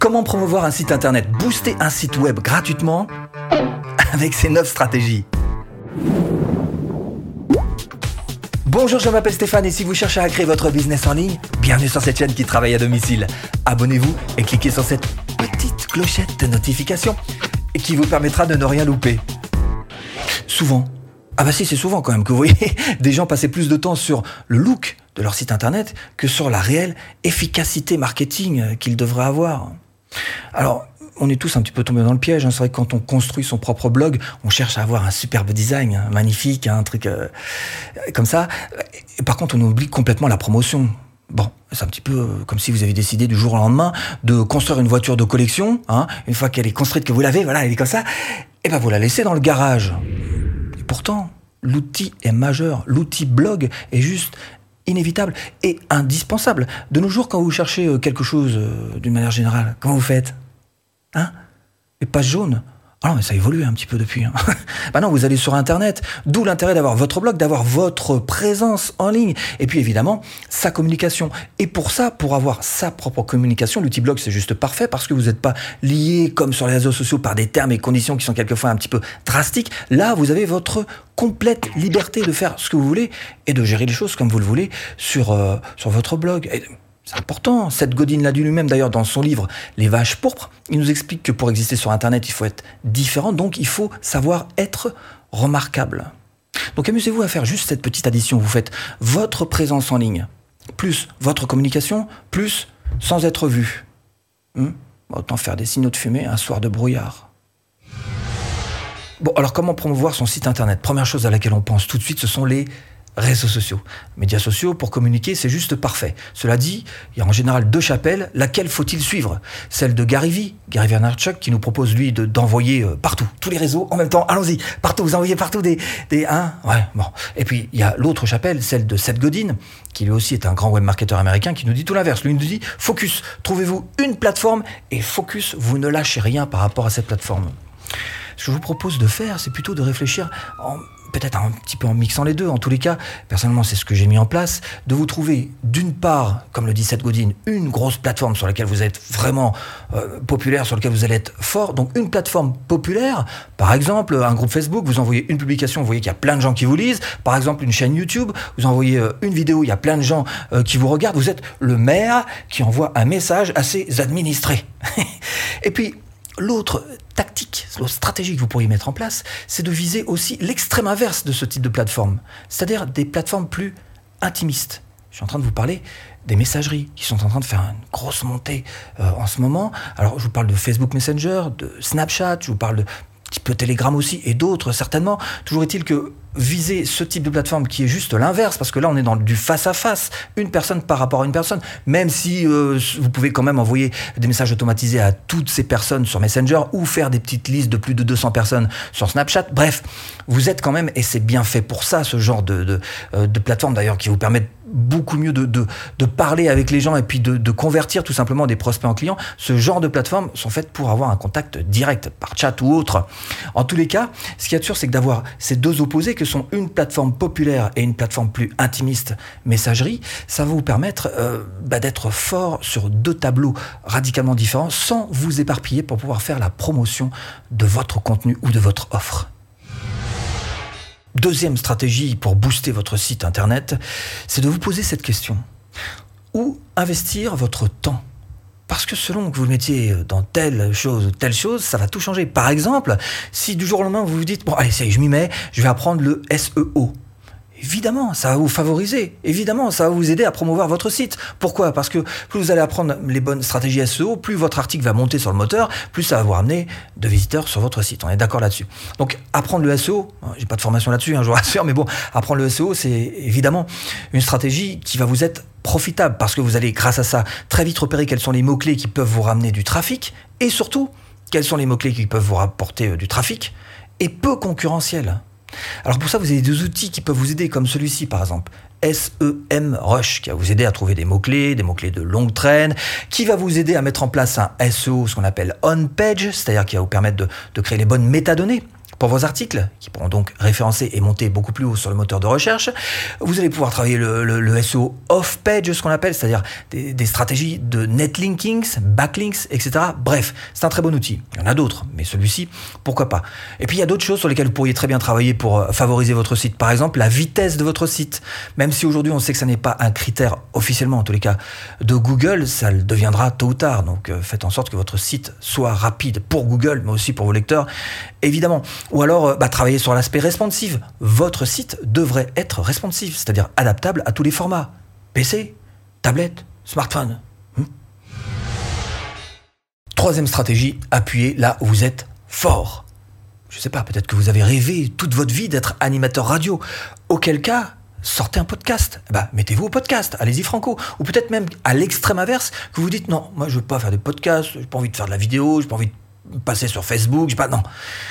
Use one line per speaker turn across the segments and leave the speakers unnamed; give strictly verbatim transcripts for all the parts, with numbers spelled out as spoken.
Comment promouvoir un site internet, booster un site web gratuitement avec ces neuf stratégies. Bonjour, je m'appelle Stéphane et si vous cherchez à créer votre business en ligne, bienvenue sur cette chaîne qui travaille à domicile. Abonnez-vous et cliquez sur cette petite clochette de notification qui vous permettra de ne rien louper. Souvent, ah bah si c'est souvent quand même que vous voyez des gens passer plus de temps sur le look de leur site internet que sur la réelle efficacité marketing qu'ils devraient avoir. Alors, on est tous un petit peu tombés dans le piège. Hein. C'est vrai que quand on construit son propre blog, on cherche à avoir un superbe design, hein, magnifique, hein, un truc euh, comme ça. Et par contre, on oublie complètement la promotion. Bon, c'est un petit peu comme si vous avez décidé du jour au lendemain de construire une voiture de collection. Hein. Une fois qu'elle est construite, que vous l'avez, voilà, elle est comme ça. Et ben vous la laissez dans le garage. Et pourtant, l'outil est majeur. L'outil blog est juste inévitable et indispensable. De nos jours, quand vous cherchez quelque chose euh, d'une manière générale, comment vous faites ? Hein ? Les pages jaunes ? Ah non, mais ça évolue un petit peu depuis. Hein. Bah non, vous allez sur Internet, d'où l'intérêt d'avoir votre blog, d'avoir votre présence en ligne, et puis évidemment, sa communication. Et pour ça, pour avoir sa propre communication, l'outil blog, c'est juste parfait, parce que vous n'êtes pas lié, comme sur les réseaux sociaux, par des termes et conditions qui sont quelquefois un petit peu drastiques. Là, vous avez votre complète liberté de faire ce que vous voulez, et de gérer les choses comme vous le voulez sur, euh, sur votre blog. Et c'est important. Seth Godin l'a dit lui-même d'ailleurs dans son livre Les vaches pourpres. Il nous explique que pour exister sur Internet, il faut être différent, donc il faut savoir être remarquable. Donc amusez-vous à faire juste cette petite addition. Vous faites votre présence en ligne, plus votre communication, plus sans être vu. Hum Autant faire des signaux de fumée un soir de brouillard. Bon, alors comment promouvoir son site Internet ? Première chose à laquelle on pense tout de suite, ce sont les réseaux sociaux. Médias sociaux, pour communiquer, c'est juste parfait. Cela dit, il y a en général deux chapelles. Laquelle faut-il suivre ? Celle de Gary Vee, Gary Vaynerchuk, qui nous propose, lui, de, d'envoyer euh, partout, tous les réseaux en même temps. Allons-y, partout, vous envoyez partout des... des hein ouais, bon. Et puis, il y a l'autre chapelle, celle de Seth Godin, qui lui aussi est un grand webmarketeur américain, qui nous dit tout l'inverse. Lui, il nous dit, focus, trouvez-vous une plateforme, et focus, vous ne lâchez rien par rapport à cette plateforme. Ce que je vous propose de faire, c'est plutôt de réfléchir en... peut-être un petit peu en mixant les deux. En tous les cas, personnellement, c'est ce que j'ai mis en place, de vous trouver, d'une part, comme le dit Seth Godin, une grosse plateforme sur laquelle vous êtes vraiment euh, populaire, sur laquelle vous allez être fort. Donc, une plateforme populaire, par exemple, un groupe Facebook, vous envoyez une publication, vous voyez qu'il y a plein de gens qui vous lisent. Par exemple, une chaîne YouTube, vous envoyez euh, une vidéo, il y a plein de gens euh, qui vous regardent. Vous êtes le maire qui envoie un message à ses administrés. Et puis, l'autre tactique, l'autre stratégie que vous pourriez mettre en place, c'est de viser aussi l'extrême inverse de ce type de plateforme, c'est-à-dire des plateformes plus intimistes. Je suis en train de vous parler des messageries qui sont en train de faire une grosse montée euh, en ce moment. Alors, je vous parle de Facebook Messenger, de Snapchat, je vous parle de un petit peu Telegram aussi, et d'autres certainement. Toujours est-il que viser ce type de plateforme qui est juste l'inverse, parce que là on est dans du face-à-face, une personne par rapport à une personne, même si euh, vous pouvez quand même envoyer des messages automatisés à toutes ces personnes sur Messenger ou faire des petites listes de plus de deux cents personnes sur Snapchat. Bref, vous êtes quand même, et c'est bien fait pour ça, ce genre de, de, de plateforme d'ailleurs qui vous permet beaucoup mieux de, de, de parler avec les gens et puis de, de convertir tout simplement des prospects en clients. Ce genre de plateformes sont faites pour avoir un contact direct par chat ou autre. En tous les cas, ce qu'il y a de sûr, c'est que d'avoir ces deux opposés que sont une plateforme populaire et une plateforme plus intimiste, messagerie, ça va vous permettre euh, bah, d'être fort sur deux tableaux radicalement différents sans vous éparpiller pour pouvoir faire la promotion de votre contenu ou de votre offre. Deuxième stratégie pour booster votre site internet, c'est de vous poser cette question. Où investir votre temps ? Parce que selon que vous le mettiez dans telle chose ou telle chose, ça va tout changer. Par exemple, si du jour au lendemain vous vous dites « Bon, allez, ça y est, je m'y mets, je vais apprendre le S E O ». Évidemment, ça va vous favoriser. Évidemment, ça va vous aider à promouvoir votre site. Pourquoi ? Parce que plus vous allez apprendre les bonnes stratégies S E O, plus votre article va monter sur le moteur, plus ça va vous ramener de visiteurs sur votre site. On est d'accord là-dessus. Donc, apprendre le S E O, j'ai pas de formation là-dessus, hein, je vous rassure, mais bon, apprendre le S E O, c'est évidemment une stratégie qui va vous être profitable parce que vous allez, grâce à ça, très vite repérer quels sont les mots-clés qui peuvent vous ramener du trafic et surtout, quels sont les mots-clés qui peuvent vous rapporter du trafic et peu concurrentiels. Alors pour ça, vous avez des outils qui peuvent vous aider, comme celui-ci par exemple, SEMrush, qui va vous aider à trouver des mots-clés, des mots-clés de longue traîne, qui va vous aider à mettre en place un S E O, ce qu'on appelle on-page, c'est-à-dire qui va vous permettre de, de créer les bonnes métadonnées pour vos articles, qui pourront donc référencer et monter beaucoup plus haut sur le moteur de recherche. Vous allez pouvoir travailler le, le, le S E O off-page, ce qu'on appelle, c'est-à-dire des, des stratégies de netlinkings, backlinks, et cetera. Bref, c'est un très bon outil. Il y en a d'autres, mais celui-ci, pourquoi pas. Et puis il y a d'autres choses sur lesquelles vous pourriez très bien travailler pour favoriser votre site. Par exemple, la vitesse de votre site. Même si aujourd'hui on sait que ça n'est pas un critère officiellement, en tous les cas, de Google, ça le deviendra tôt ou tard. Donc euh, faites en sorte que votre site soit rapide pour Google, mais aussi pour vos lecteurs, évidemment. Ou alors, euh, bah, travailler sur l'aspect responsive. Votre site devrait être responsive, c'est-à-dire adaptable à tous les formats. P C, tablette, smartphone. Hmm. Troisième stratégie, appuyez là où vous êtes fort. Je sais pas, peut-être que vous avez rêvé toute votre vie d'être animateur radio. Auquel cas, sortez un podcast. Bah, mettez-vous au podcast, allez-y franco. Ou peut-être même à l'extrême inverse, que vous dites non, moi je veux pas faire des podcasts, j'ai pas envie de faire de la vidéo, j'ai pas envie de passer sur Facebook, j'ai pas. Non.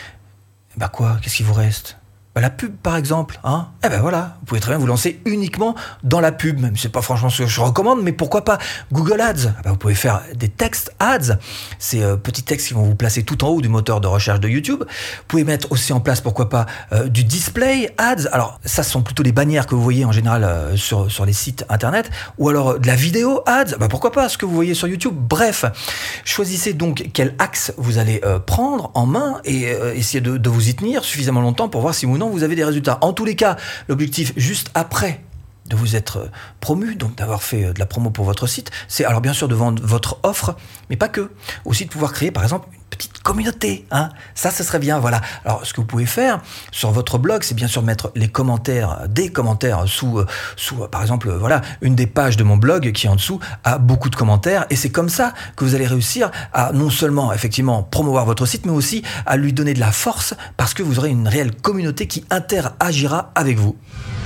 Bah quoi, qu'est-ce qu'il vous reste ? Bah, la pub par exemple, hein. Eh ben voilà, vous pouvez très bien vous lancer uniquement dans la pub, même si c'est pas franchement ce que je recommande, mais pourquoi pas Google Ads. Ah bah, vous pouvez faire des textes ads, ces euh, petits textes qui vont vous placer tout en haut du moteur de recherche de YouTube. Vous pouvez mettre aussi en place, pourquoi pas, euh, du display ads. Alors ça, ce sont plutôt les bannières que vous voyez en général euh, sur, sur les sites internet, ou alors euh, de la vidéo ads. Bah, pourquoi pas ce que vous voyez sur YouTube. Bref, choisissez donc quel axe vous allez euh, prendre en main et euh, essayez de, de vous y tenir suffisamment longtemps pour voir si ou non vous avez des résultats. En tous les cas, l'objectif juste après de vous être promu, donc d'avoir fait de la promo pour votre site, c'est alors bien sûr de vendre votre offre, mais pas que. Aussi de pouvoir créer par exemple une petite communauté. Hein. Ça, ce serait bien. Voilà. Alors, ce que vous pouvez faire sur votre blog, c'est bien sûr mettre les commentaires, des commentaires sous, sous par exemple, voilà, une des pages de mon blog qui en dessous a beaucoup de commentaires. Et c'est comme ça que vous allez réussir à non seulement effectivement promouvoir votre site, mais aussi à lui donner de la force parce que vous aurez une réelle communauté qui interagira avec vous.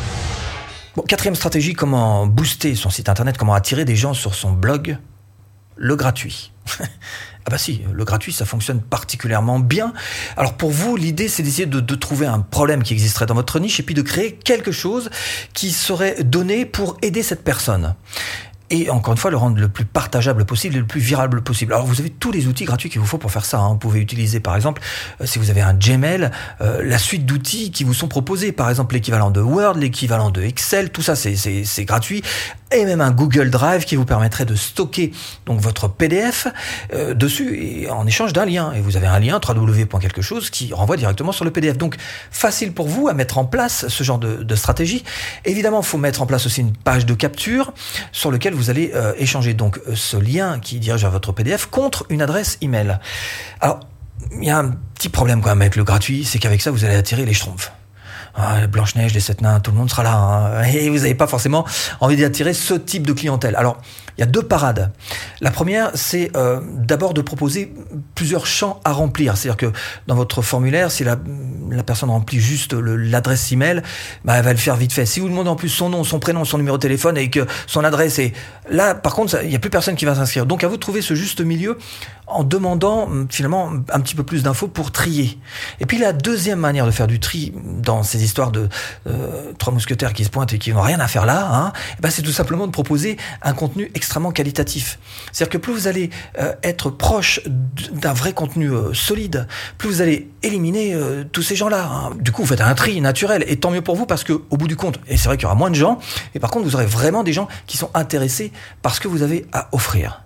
Bon, quatrième stratégie, comment booster son site internet, comment attirer des gens sur son blog, le gratuit. Ah bah si, le gratuit, ça fonctionne particulièrement bien. Alors pour vous, l'idée, c'est d'essayer de, de trouver un problème qui existerait dans votre niche et puis de créer quelque chose qui serait donné pour aider cette personne. Et encore une fois, le rendre le plus partageable possible et le plus virable possible. Alors, vous avez tous les outils gratuits qu'il vous faut pour faire ça. Hein. Vous pouvez utiliser, par exemple, euh, si vous avez un Gmail, euh, la suite d'outils qui vous sont proposés. Par exemple, l'équivalent de Word, l'équivalent de Excel, tout ça, c'est, c'est, c'est gratuit. Et même un Google Drive qui vous permettrait de stocker donc votre P D F euh, dessus et en échange d'un lien. Et vous avez un lien w w w point quelque chose qui renvoie directement sur le P D F. Donc, facile pour vous à mettre en place ce genre de, de stratégie. Évidemment, il faut mettre en place aussi une page de capture sur laquelle vous allez euh, échanger donc ce lien qui dirige vers votre P D F contre une adresse email. Alors, il y a un petit problème quand même avec le gratuit, c'est qu'avec ça, vous allez attirer les schtroumpfs. Ah, Blanche-Neige, les sept nains, tout le monde sera là. Hein. Et vous n'avez pas forcément envie d'attirer ce type de clientèle. Alors, il y a deux parades. La première, c'est euh, d'abord de proposer plusieurs champs à remplir. C'est-à-dire que dans votre formulaire, si la, la personne remplit juste le, l'adresse email, bah, elle va le faire vite fait. Si vous demandez en plus son nom, son prénom, son numéro de téléphone et que son adresse est... Là, par contre, il n'y a plus personne qui va s'inscrire. Donc, à vous de trouver ce juste milieu en demandant finalement un petit peu plus d'infos pour trier. Et puis, la deuxième manière de faire du tri dans ces histoires de euh, trois mousquetaires qui se pointent et qui n'ont rien à faire là, hein, et ben c'est tout simplement de proposer un contenu extrêmement qualitatif. C'est-à-dire que plus vous allez euh, être proche d'un vrai contenu euh, solide, plus vous allez éliminer euh, tous ces gens-là. Hein. Du coup, vous faites un tri naturel, et tant mieux pour vous parce que au bout du compte, et c'est vrai qu'il y aura moins de gens, et par contre, vous aurez vraiment des gens qui sont intéressés par ce que vous avez à offrir.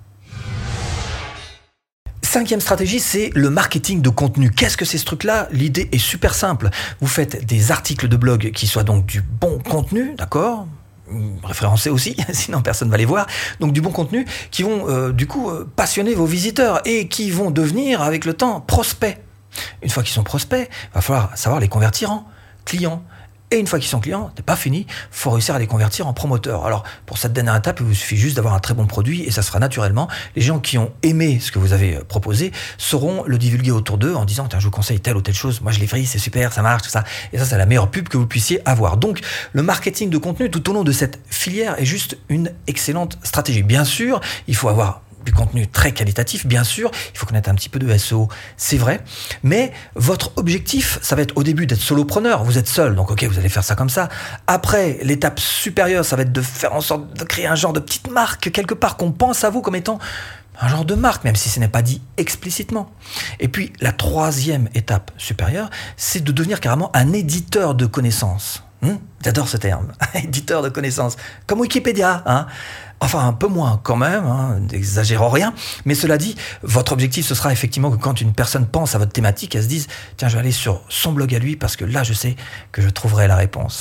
Cinquième stratégie, c'est le marketing de contenu. Qu'est-ce que c'est ce truc-là ? L'idée est super simple. Vous faites des articles de blog qui soient donc du bon contenu, d'accord ? Référencés aussi, sinon personne ne va les voir. Donc du bon contenu qui vont euh, du coup euh, passionner vos visiteurs et qui vont devenir avec le temps prospects. Une fois qu'ils sont prospects, il va falloir savoir les convertir en clients. Et une fois qu'ils sont clients, c'est pas fini, faut réussir à les convertir en promoteurs. Alors, pour cette dernière étape, il vous suffit juste d'avoir un très bon produit et ça sera naturellement, les gens qui ont aimé ce que vous avez proposé sauront le divulguer autour d'eux en disant, tiens, je vous conseille telle ou telle chose, moi je l'ai fait, c'est super, ça marche, tout ça. Et ça, c'est la meilleure pub que vous puissiez avoir. Donc, le marketing de contenu tout au long de cette filière est juste une excellente stratégie. Bien sûr, il faut avoir du contenu très qualitatif, bien sûr, il faut connaître un petit peu de S E O, c'est vrai, mais votre objectif, ça va être au début d'être solopreneur, vous êtes seul, donc ok, vous allez faire ça comme ça. Après, l'étape supérieure, ça va être de faire en sorte de créer un genre de petite marque, quelque part, qu'on pense à vous comme étant un genre de marque, même si ce n'est pas dit explicitement. Et puis, la troisième étape supérieure, c'est de devenir carrément un éditeur de connaissances. Hum, J'adore ce terme, éditeur de connaissances, comme Wikipédia, hein. Enfin, un peu moins quand même, hein, n'exagérons rien. Mais cela dit, votre objectif, ce sera effectivement que quand une personne pense à votre thématique, elle se dise « Tiens, je vais aller sur son blog à lui parce que là, je sais que je trouverai la réponse. »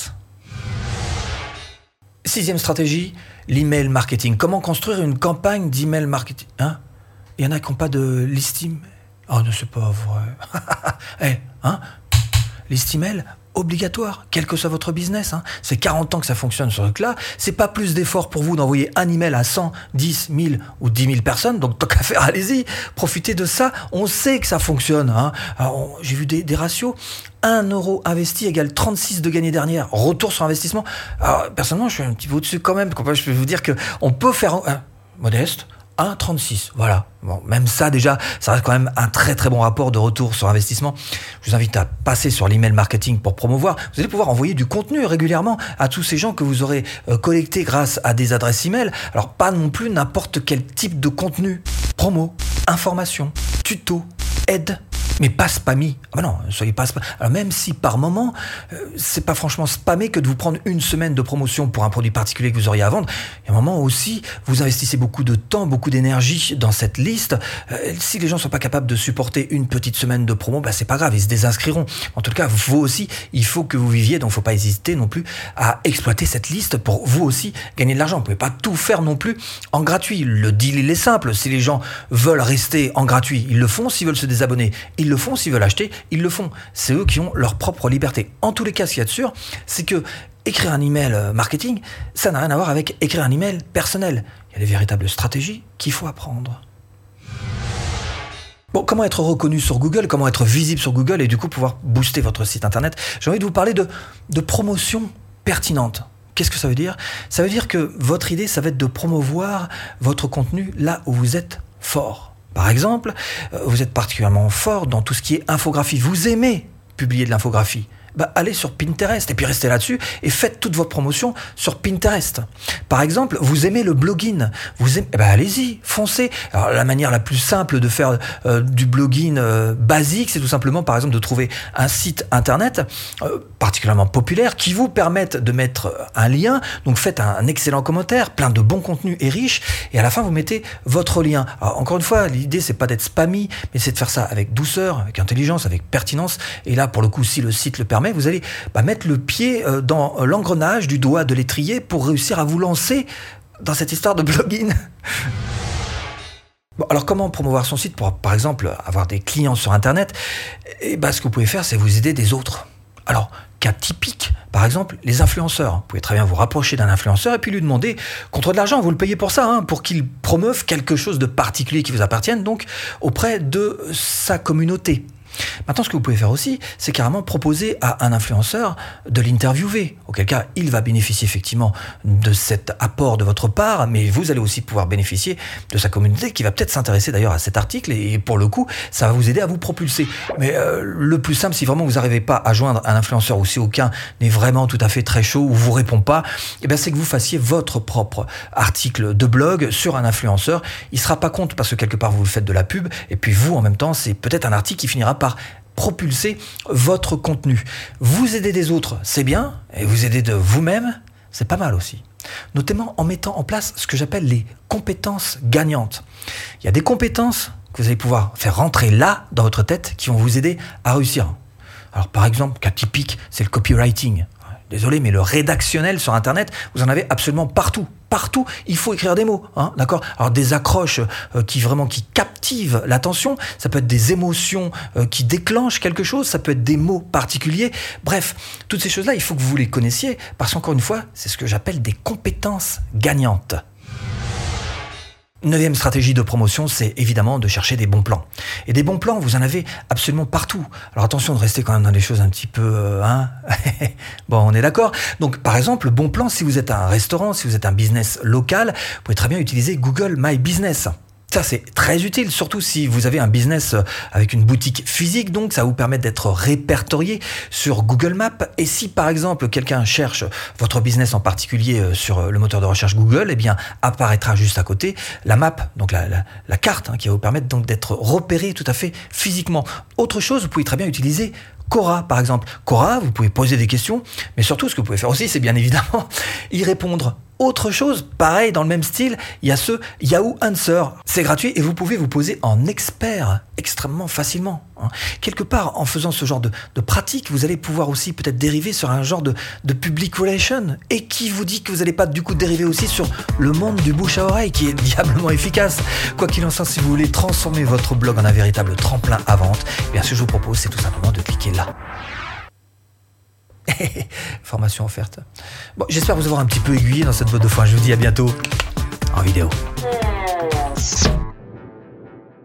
Sixième stratégie, l'email marketing. Comment construire une campagne d'email marketing, hein? Il y en a qui n'ont pas de list email. Oh non, c'est pas vrai. Eh, hey, hein? List email obligatoire, quel que soit votre business. Hein. C'est quarante ans que ça fonctionne sur ce truc-là. C'est pas plus d'effort pour vous d'envoyer un email à cent, dix, mille ou dix mille personnes. Donc, tant qu'à faire, allez-y. Profitez de ça. On sait que ça fonctionne. Hein. Alors, on, j'ai vu des, des ratios. un euro investi égale trente-six de gagné dernière. Retour sur investissement. Alors, personnellement, je suis un petit peu au-dessus quand même. Je peux vous dire qu'on peut faire... Hein, modeste. un virgule trente-six, voilà. Bon, même ça, déjà, ça reste quand même un très très bon rapport de retour sur investissement. Je vous invite à passer sur l'email marketing pour promouvoir. Vous allez pouvoir envoyer du contenu régulièrement à tous ces gens que vous aurez euh, collectés grâce à des adresses email. Alors, pas non plus n'importe quel type de contenu. Promo, information, tuto, aide, mais pas spammy. Ah ben non, soyez pas spammy. Alors même si par moment, euh, c'est pas franchement spammé que de vous prendre une semaine de promotion pour un produit particulier que vous auriez à vendre. Il y a un moment aussi, vous investissez beaucoup de temps, beaucoup d'énergie dans cette liste. Euh, si les gens sont pas capables de supporter une petite semaine de promo, bah c'est pas grave, ils se désinscriront. En tout cas, vous aussi, il faut que vous viviez, donc faut pas hésiter non plus à exploiter cette liste pour vous aussi gagner de l'argent. Vous pouvez pas tout faire non plus en gratuit. Le deal, il est simple. Si les gens veulent rester en gratuit, ils le font. S'ils veulent se désabonner, ils le font. S'ils veulent acheter, ils le font. C'est eux qui ont leur propre liberté. En tous les cas, ce qu'il y a de sûr, c'est que écrire un email marketing, ça n'a rien à voir avec écrire un email personnel. Il y a des véritables stratégies qu'il faut apprendre. Bon, comment être reconnu sur Google, comment être visible sur Google et du coup pouvoir booster votre site internet. J'ai envie de vous parler de, de promotion pertinente. Qu'est-ce que ça veut dire? Ça veut dire que votre idée, ça va être de promouvoir votre contenu là où vous êtes fort. Par exemple, vous êtes particulièrement fort dans tout ce qui est infographie. Vous aimez publier de l'infographie. Bah, allez sur Pinterest et puis restez là-dessus et faites toute votre promotion sur Pinterest. Par exemple, vous aimez le blogging, vous aimez, eh ben allez-y, foncez. Alors la manière la plus simple de faire euh, du blogging euh, basique, c'est tout simplement, par exemple, de trouver un site internet euh, particulièrement populaire qui vous permette de mettre un lien. Donc faites un, un excellent commentaire, plein de bons contenus et riches, et à la fin vous mettez votre lien. Alors, encore une fois, l'idée c'est pas d'être spammy, mais c'est de faire ça avec douceur, avec intelligence, avec pertinence. Et là, pour le coup, si le site le permet, vous allez bah, mettre le pied dans l'engrenage du doigt de l'étrier pour réussir à vous lancer dans cette histoire de blogging. Bon, alors comment promouvoir son site pour, par exemple, avoir des clients sur Internet? Et bah, ce que vous pouvez faire, c'est vous aider des autres. Alors, cas typique, par exemple, les influenceurs. Vous pouvez très bien vous rapprocher d'un influenceur et puis lui demander contre de l'argent, vous le payez pour ça, hein, pour qu'il promeuve quelque chose de particulier qui vous appartienne, donc auprès de sa communauté. Maintenant, ce que vous pouvez faire aussi, c'est carrément proposer à un influenceur de l'interviewer. Auquel cas, il va bénéficier effectivement de cet apport de votre part, mais vous allez aussi pouvoir bénéficier de sa communauté qui va peut-être s'intéresser d'ailleurs à cet article et pour le coup, ça va vous aider à vous propulser. Mais euh, le plus simple, si vraiment vous n'arrivez pas à joindre un influenceur ou si aucun n'est vraiment tout à fait très chaud ou vous répond pas, eh bien, c'est que vous fassiez votre propre article de blog sur un influenceur. Il ne sera pas compte parce que quelque part, vous faites de la pub et puis vous, en même temps, c'est peut-être un article qui finira par propulser votre contenu. Vous aider des autres, c'est bien, et vous aider de vous-même, c'est pas mal aussi. Notamment en mettant en place ce que j'appelle les compétences gagnantes. Il y a des compétences que vous allez pouvoir faire rentrer là, dans votre tête, qui vont vous aider à réussir. Alors par exemple, cas typique, c'est le copywriting. Désolé, mais le rédactionnel sur Internet, vous en avez absolument partout. Partout, il faut écrire des mots, hein, d'accord? Alors des accroches euh, qui vraiment qui captivent l'attention, ça peut être des émotions euh, qui déclenchent quelque chose, ça peut être des mots particuliers. Bref, toutes ces choses-là, il faut que vous les connaissiez parce qu'encore une fois, c'est ce que j'appelle des compétences gagnantes. Neuvième stratégie de promotion, c'est évidemment de chercher des bons plans. Et des bons plans, vous en avez absolument partout. Alors attention de rester quand même dans des choses un petit peu... Euh, hein bon, on est d'accord. Donc par exemple, le bon plan, si vous êtes un restaurant, si vous êtes un business local, vous pouvez très bien utiliser Google My Business. Ça, c'est très utile, surtout si vous avez un business avec une boutique physique, donc ça vous permet d'être répertorié sur Google Maps. Et si, par exemple, quelqu'un cherche votre business en particulier sur le moteur de recherche Google, eh bien, apparaîtra juste à côté la map, donc la, la, la carte, hein, qui va vous permettre donc d'être repéré tout à fait physiquement. Autre chose, vous pouvez très bien utiliser Quora, par exemple. Quora, vous pouvez poser des questions, mais surtout, ce que vous pouvez faire aussi, c'est bien évidemment y répondre. Autre chose, pareil, dans le même style, il y a ce Yahoo Answer. C'est gratuit et vous pouvez vous poser en expert extrêmement facilement. Hein. Quelque part, en faisant ce genre de, de pratique, vous allez pouvoir aussi peut-être dériver sur un genre de, de public relation. Et qui vous dit que vous n'allez pas du coup dériver aussi sur le monde du bouche à oreille, qui est diablement efficace. Quoi qu'il en soit, si vous voulez transformer votre blog en un véritable tremplin à vente, eh bien ce que je vous propose, c'est tout simplement de cliquer là. Formation offerte. Bon, j'espère vous avoir un petit peu aiguillé dans cette botte de foin. Je vous dis à bientôt en vidéo.